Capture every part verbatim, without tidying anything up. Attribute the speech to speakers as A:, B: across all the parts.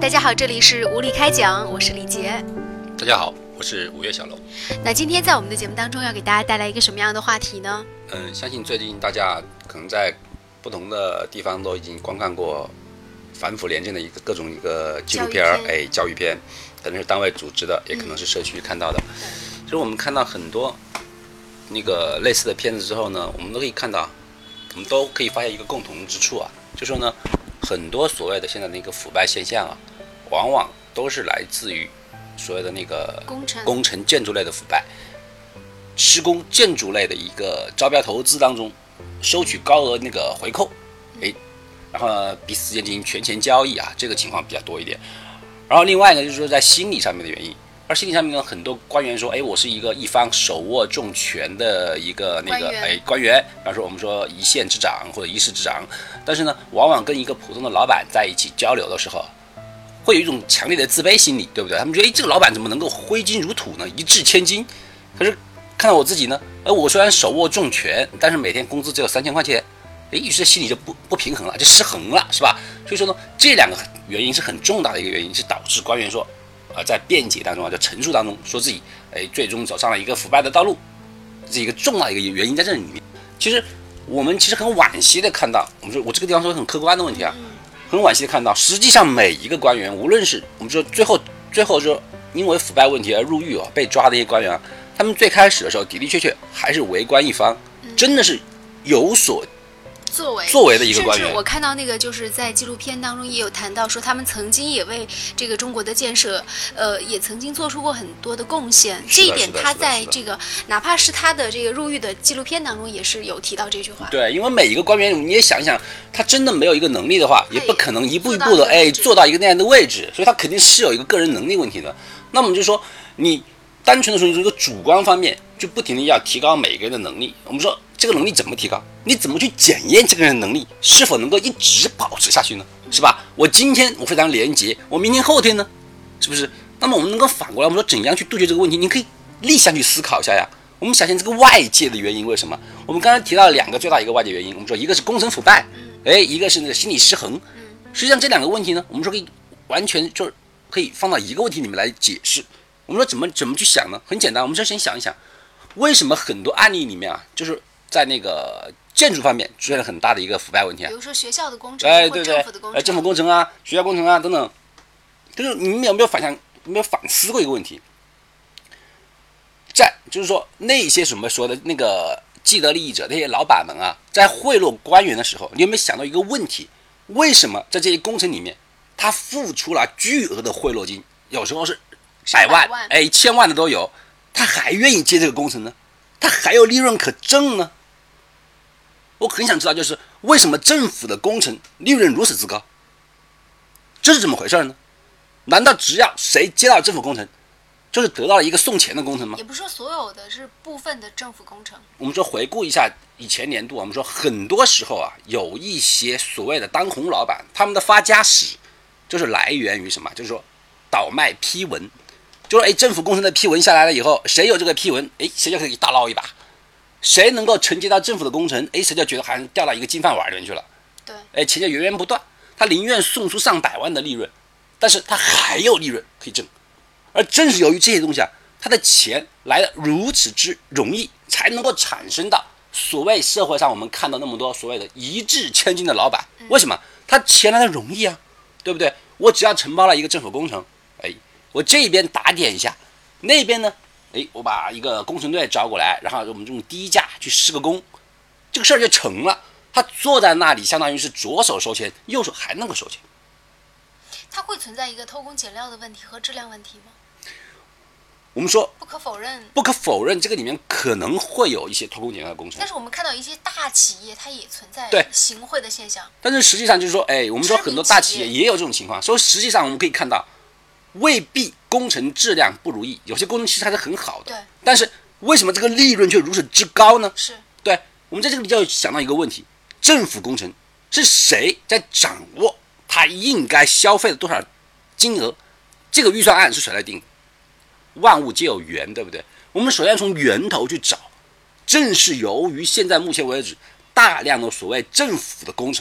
A: 大家好，这里是无理开讲，我是李杰。
B: 大家好，我是五月小楼。
A: 那今天在我们的节目当中要给大家带来一个什么样的话题呢？
B: 嗯，相信最近大家可能在不同的地方都已经观看过反腐廉政的一个各种一个纪录片，哎，教育片，可能是单位组织的，也可能是社区看到的。其实我们看到很多那个类似的片子之后呢，我们都可以看到，我们都可以发现一个共同之处啊，就说呢，很多所谓的现在的一个腐败现象啊，往往都是来自于所谓的那个
A: 工程
B: 工程建筑类的腐败，施工建筑类的一个招标投资当中收取高额那个回扣，哎，然后呢彼此之间进行权钱交易啊，这个情况比较多一点。然后另外呢，就是说在心理上面的原因，而心理上面呢，很多官员说，哎，我是一个一方手握重权的一个那个哎官员，比方说我们说一县之长或者一市之长，但是呢，往往跟一个普通的老板在一起交流的时候，会有一种强烈的自卑心理，对不对？他们觉得，哎，这个老板怎么能够挥金如土呢？一掷千金。可是看到我自己呢，呃，我虽然手握重权，但是每天工资只有三千块钱，哎，于是心里就不不平衡了，就失衡了，是吧？所以说呢，这两个原因是很重大的一个原因，是导致官员说，啊、呃，在辩解当中啊，就陈述当中说自己，哎，最终走上了一个腐败的道路，这一个重大的一个原因在这里面。其实我们其实很惋惜的看到，我们说我这个地方说很客观的问题啊。很惋惜的看到，实际上每一个官员，无论是我们说最后最后说因为腐败问题而入狱哦被抓的一些官员啊，他们最开始的时候的的确确还是为官一方，真的是有所
A: 作为
B: 作为的一个官员。
A: 甚至我看到那个就是在纪录片当中也有谈到说，他们曾经也为这个中国的建设，呃，也曾经做出过很多的贡献。这一点他在这个哪怕是他的这个入狱的纪录片当中也是有提到这句话。
B: 对，因为每一个官员，你也想想，他真的没有一个能力的话，也不可能一步一步的哎做到一个那样的位置，所以他肯定是有一个个人能力问题的。那么就说你单纯的说，你这个主观方面就不停的要提高每个人的能力。我们说这个能力怎么提高？你怎么去检验这个人的能力是否能够一直保持下去呢？是吧？我今天我非常廉洁，我明天后天呢？是不是？那么我们能够反过来，我们说怎样去杜绝这个问题？你可以立项去思考一下呀。我们想想这个外界的原因为什么？我们刚才提到了两个最大的一个外界原因，我们说一个是工程腐败，哎，一个是那个心理失衡。实际上这两个问题呢，我们说可以完全就是可以放到一个问题里面来解释。我们说怎么怎么去想呢？很简单，我们就先想一想，为什么很多案例里面啊，就是在那个建筑方面出现了很大的一个腐败问题啊？
A: 比如说学校的工程，
B: 哎，对对，
A: 政府的工程，
B: 哎，政府工程啊，学校工程啊等等，就是你们有没有反向，有没有反思过一个问题？在就是说那些什么说的那个既得利益者那些老板们啊，在贿赂官员的时候，你有没有想到一个问题？为什么在这些工程里面，他付出了巨额的贿赂金，有时候是百万，
A: 万
B: 哎，千万的都有，他还愿意接这个工程呢？他还有利润可挣呢？我很想知道，就是为什么政府的工程利润如此之高？这是怎么回事呢？难道只要谁接到政府工程，就是得到了一个送钱的工程吗？
A: 也不是说所有的，是部分的政府工程。
B: 我们说回顾一下以前年度，我们说很多时候啊，有一些所谓的当红老板，他们的发家史就是来源于什么？就是说倒卖批文，就是哎，政府工程的批文下来了以后，谁有这个批文，哎，谁就可以大捞一把。谁能够承接到政府的工程，哎，谁就觉得好像掉到一个金饭碗里面去了。
A: 对，
B: 哎，钱就源源不断，他宁愿送出上百万的利润，但是他还有利润可以挣。而正是由于这些东西啊，他的钱来得如此之容易，才能够产生到所谓社会上我们看到那么多所谓的一掷千金的老板。为什么？他钱来的容易啊，对不对？我只要承包了一个政府工程，哎，我这边打点一下，那边呢？哎，我把一个工程队招过来，然后我们用低价去施个工，这个事儿就成了。他坐在那里，相当于是左手收钱，右手还能够收钱。
A: 它会存在一个偷工减料的问题和质量问题吗？
B: 我们说
A: 不可否认，
B: 不可否认，这个里面可能会有一些偷工减料的工程。
A: 但是我们看到一些大企业，它也存在
B: 对
A: 行贿的现象。
B: 但是实际上就是说，哎，我们说很多大企业也有这种情况，所以实际上我们可以看到，未必工程质量不如意，有些工程其实还是很好的。
A: 对。
B: 但是为什么这个利润却如此之高呢？
A: 是。
B: 对，我们在这个里就要想到一个问题：政府工程是谁在掌握它应该消费的多少金额？这个预算案是谁来定？万物皆有源，对不对？我们首先从源头去找，正是由于现在目前为止大量的所谓政府的工程啊，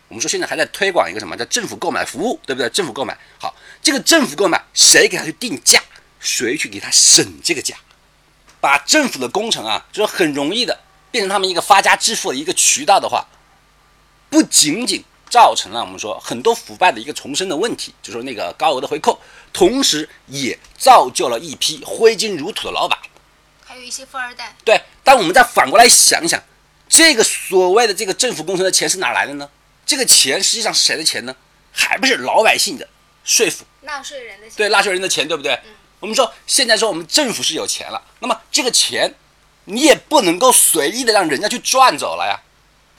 B: 我们说现在还在推广一个什么叫政府购买服务，对不对？政府购买，好，这个政府购买谁给他去定价，谁去给他审这个价，把政府的工程啊，就是很容易的变成他们一个发家致富的一个渠道的话，不仅仅造成了我们说很多腐败的一个重生的问题，就是说那个高额的回扣，同时也造就了一批挥金如土的老板，
A: 还有一些富二代。
B: 对，但我们再反过来想想，这个所谓的这个政府工程的钱是哪来的呢？这个钱实际上是谁的钱呢？还不是老百姓的税负，
A: 纳税人的钱。
B: 对，纳税人的钱，对不对？嗯、我们说现在说我们政府是有钱了，那么这个钱你也不能够随意的让人家去赚走了呀。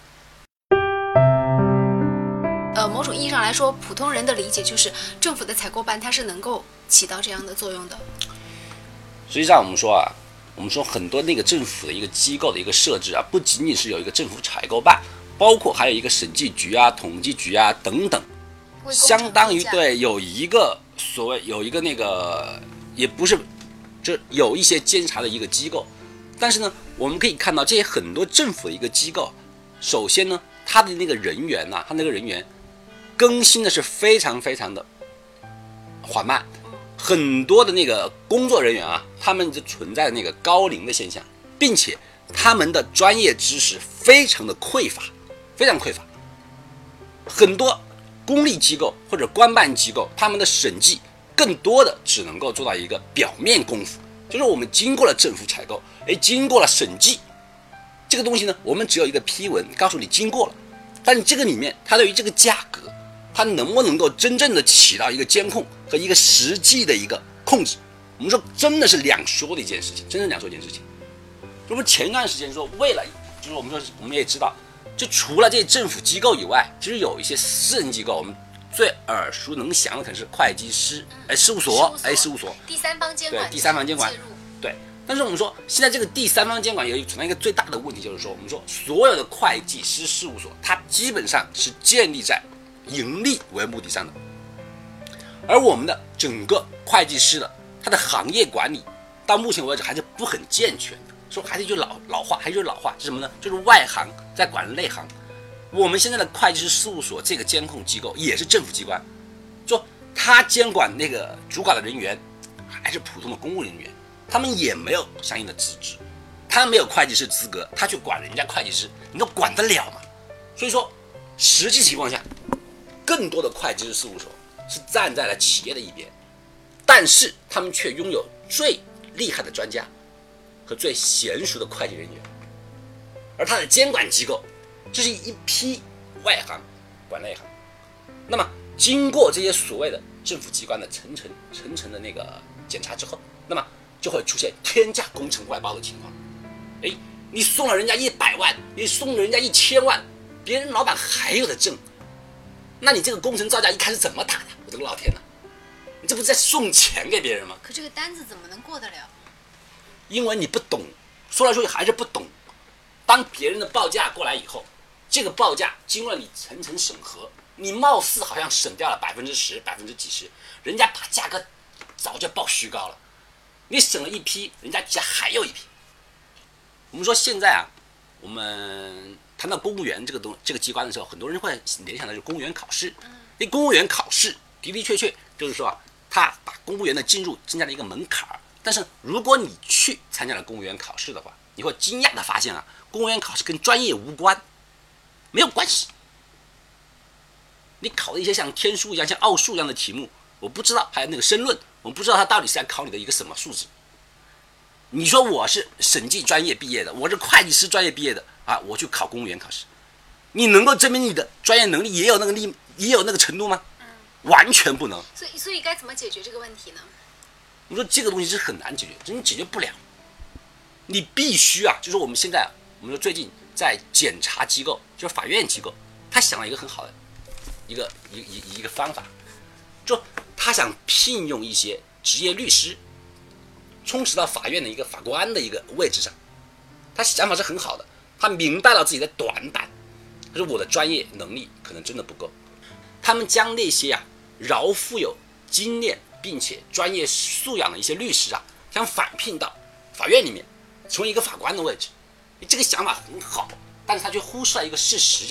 A: 呃，某种意义上来说，普通人的理解就是政府的采购办它是能够起到这样的作用的。
B: 实际上我们说啊，我们说很多那个政府的一个机构的一个设置啊，不仅仅是有一个政府采购办，包括还有一个审计局啊、统计局啊等等，相当于对有一个所谓有一个那个也不是，就有一些监察的一个机构。但是呢，我们可以看到这些很多政府的一个机构，首先呢，它的那个人员呐、啊，它那个人员更新的是非常非常的缓慢，很多的那个工作人员啊，他们就存在那个高龄的现象，并且他们的专业知识非常的匮乏，非常匮乏。很多公立机构或者官办机构，他们的审计更多的只能够做到一个表面功夫，就是我们经过了政府采购，哎，经过了审计，这个东西呢，我们只有一个批文告诉你经过了，但是这个里面，它对于这个价格，它能不能够真正的起到一个监控和一个实际的一个控制，我们说真的是两说的一件事情，真的两说一件事情。我们前一段时间说，为了就是我们说我们也知道，就除了这些政府机构以外，其实有一些私人机构，我们最耳熟能详的可能是会计师哎事务所哎事务所，
A: 第三方监管，
B: 对第三方监管对。但是我们说，现在这个第三方监管有存在一个最大的问题，就是说，我们说所有的会计师事务所，它基本上是建立在盈利为目的上的，而我们的整个会计师的它的行业管理到目前为止还是不很健全的，说还是一句老老话，还是一句老话是什么呢？就是外行在管内行。我们现在的会计师事务所这个监控机构也是政府机关，说他监管那个主管的人员还是普通的公务人员，他们也没有相应的资质，他没有会计师资格，他去管人家会计师，你都管得了吗？所以说，实际情况下，更多的会计师事务所是站在了企业的一边，但是他们却拥有最厉害的专家和最娴熟的会计人员，而他的监管机构，这是一批外行管内行。那么，经过这些所谓的政府机关的层层层层的那个检查之后，那么就会出现天价工程外包的情况。哎，你送了人家一百万，你送了人家一千万，别人老板还有的挣，那你这个工程造价一开始怎么打的？我的个老天哪！你这不是在送钱给别人吗？
A: 可这个单子怎么能过得了？
B: 因为你不懂，说来说去还是不懂。当别人的报价过来以后，这个报价经过你层层审核，你貌似好像省掉了百分之十、百分之几十，人家把价格早就报虚高了。你省了一批，人家家还有一批。我们说现在啊，我们谈到公务员这个东这个机关的时候，很多人会联想到就是公务员考试。因为公务员考试的的确确就是说啊，他把公务员的进入增加了一个门槛儿。但是如果你去参加了公务员考试的话，你会惊讶的发现啊，公务员考试跟专业无关，没有关系。你考的一些像天书一样、像奥数一样的题目，我不知道，还有那个申论，我们不知道它到底是在考你的一个什么素质。你说我是审计专业毕业的，我是会计师专业毕业的啊，我去考公务员考试，你能够证明你的专业能力也有那个力，也有那个程度吗？嗯，完全不能。
A: 所以，所以该怎么解决这个问题呢？
B: 我说这个东西是很难解决，真的解决不了。你必须啊，就是我们现在，我们说最近在检察机构，就是法院机构，他想了一个很好的一个一一一个方法，就他想聘用一些职业律师，充实到法院的一个法官的一个位置上。他想法是很好的，他明白了自己的短板，他说我的专业能力可能真的不够。他们将那些啊饶富有经验并且专业素养的一些律师啊，想返聘到法院里面，成为一个法官的位置。这个想法很好，但是他却忽视了一个事实，就是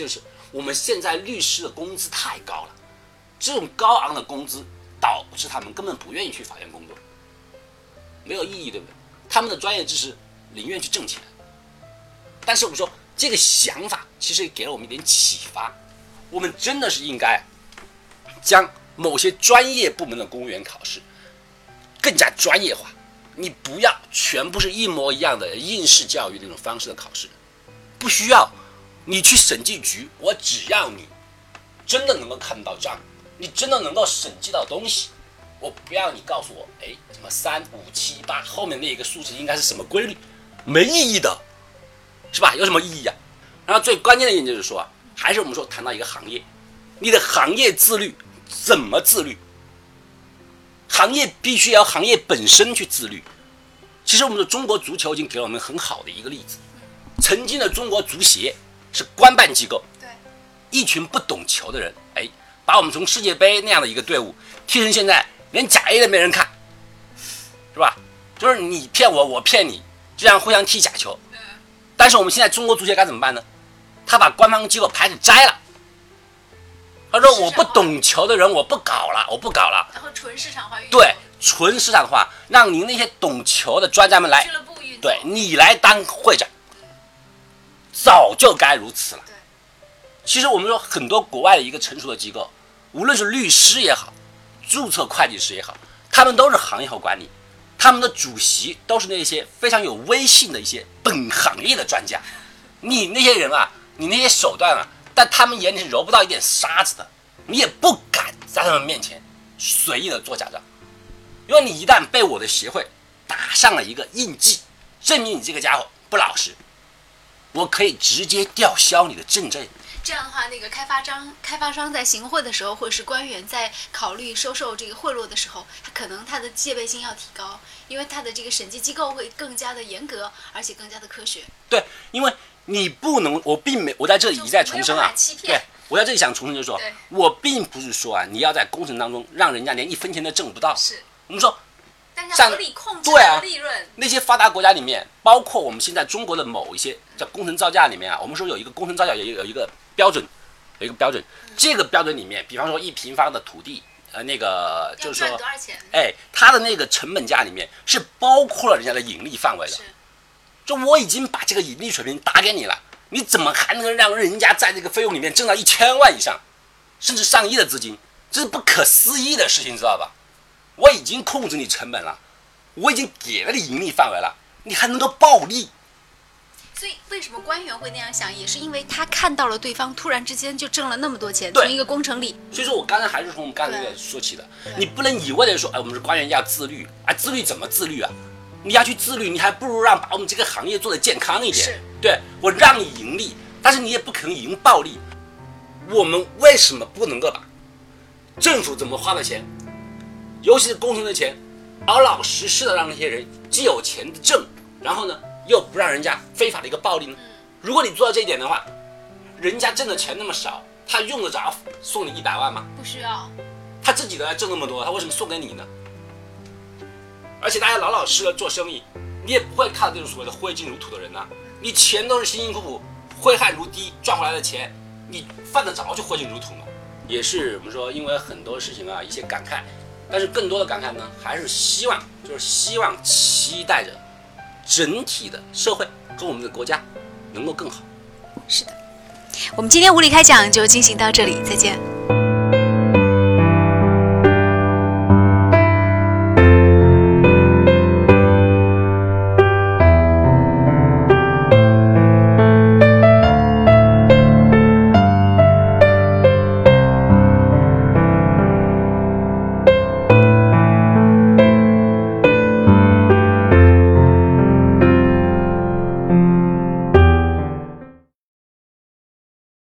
B: 我们现在律师的工资太高了，这种高昂的工资导致他们根本不愿意去法院工作，没有意义，对不对？他们的专业知识宁愿去挣钱。但是我们说这个想法其实也给了我们一点启发，我们真的是应该将某些专业部门的公务员考试更加专业化，你不要全部是一模一样的应试教育那种方式的考试，不需要你去审计局，我只要你真的能够看到账，你真的能够审计到东西，我不要你告诉我，哎，什么三五七八后面那一个数字应该是什么规律，没意义的，是吧？有什么意义啊？然后最关键的一点就是说啊，还是我们说谈到一个行业，你的行业自律怎么自律？行业必须要行业本身去自律。其实我们的中国足球已经给了我们很好的一个例子，曾经的中国足协是官办机构，
A: 对，
B: 一群不懂球的人，哎，把我们从世界杯那样的一个队伍踢成现在连甲 A 都没人看，是吧？就是你骗我，我骗你，这样互相踢假球。但是我们现在中国足协该怎么办呢？他把官方机构牌子摘了，他说我不懂球的人我不搞了，我不搞了，
A: 然后纯市场化运作，
B: 对，纯市场化，让您那些懂球的专家们来，
A: 俱乐部运作，
B: 对你来当会长，早就该如此了。其实我们说很多国外的一个成熟的机构，无论是律师也好，注册会计师也好，他们都是行业后管理，他们的主席都是那些非常有威信的一些本行业的专家。你那些人啊，你那些手段啊，但他们眼里是揉不到一点沙子的，你也不敢在他们面前随意的做假账，因为你一旦被我的协会打上了一个印记，证明你这个家伙不老实，我可以直接吊销你的证证。
A: 这样的话，那个开发商开发商在行贿的时候，或者是官员在考虑收受这个贿赂的时候，他可能他的戒备心要提高，因为他的这个审计机构会更加的严格，而且更加的科学。
B: 对，因为你不能，我并没，我在这里一再重申啊，对，我在这里想重申就是说，我并不是说啊，你要在工程当中让人家连一分钱都挣不到。
A: 是，
B: 我们说，
A: 像合理控制利润，
B: 对啊，那些发达国家里面，包括我们现在中国的某一些叫工程造价里面啊，我们说有一个工程造价有有一个标准，有一个标准，这个标准里面，比方说一平方的土地，呃，那个就是说，哎，它的那个成本价里面是包括了人家的盈利范围的。就我已经把这个盈利水平打给你了，你怎么还能让人家在这个费用里面挣到一千万以上，甚至上亿的资金？这是不可思议的事情，知道吧？我已经控制你成本了，我已经给了你盈利范围了，你还能够暴利？
A: 所以为什么官员会那样想，也是因为他看到了对方突然之间就挣了那么多钱，从一个工程里。所
B: 以说我刚才还是从我们刚才说起的，你不能一味的说，哎，我们是官员要自律，啊，自律怎么自律啊？你要去自律，你还不如让把我们这个行业做得健康一点。对，我让你盈利，但是你也不可能赢暴利。我们为什么不能够把政府怎么花的钱，尤其是工程的钱，老老实实的让那些人既有钱挣，然后呢又不让人家非法的一个暴利呢？如果你做到这一点的话，人家挣的钱那么少，他用得着送你一百万吗？
A: 不需要。
B: 他自己的挣那么多，他为什么送给你呢？而且大家老老实实的做生意，你也不会看到这种所谓的挥金如土的人呐、啊。你钱都是辛辛苦苦、挥汗如滴赚回来的钱，你犯得着去挥金如土吗？也是我们说，因为很多事情啊，一些感慨，但是更多的感慨呢，还是希望，就是希望期待着整体的社会和我们的国家能够更好。
A: 是的，我们今天无理开讲就进行到这里，再见。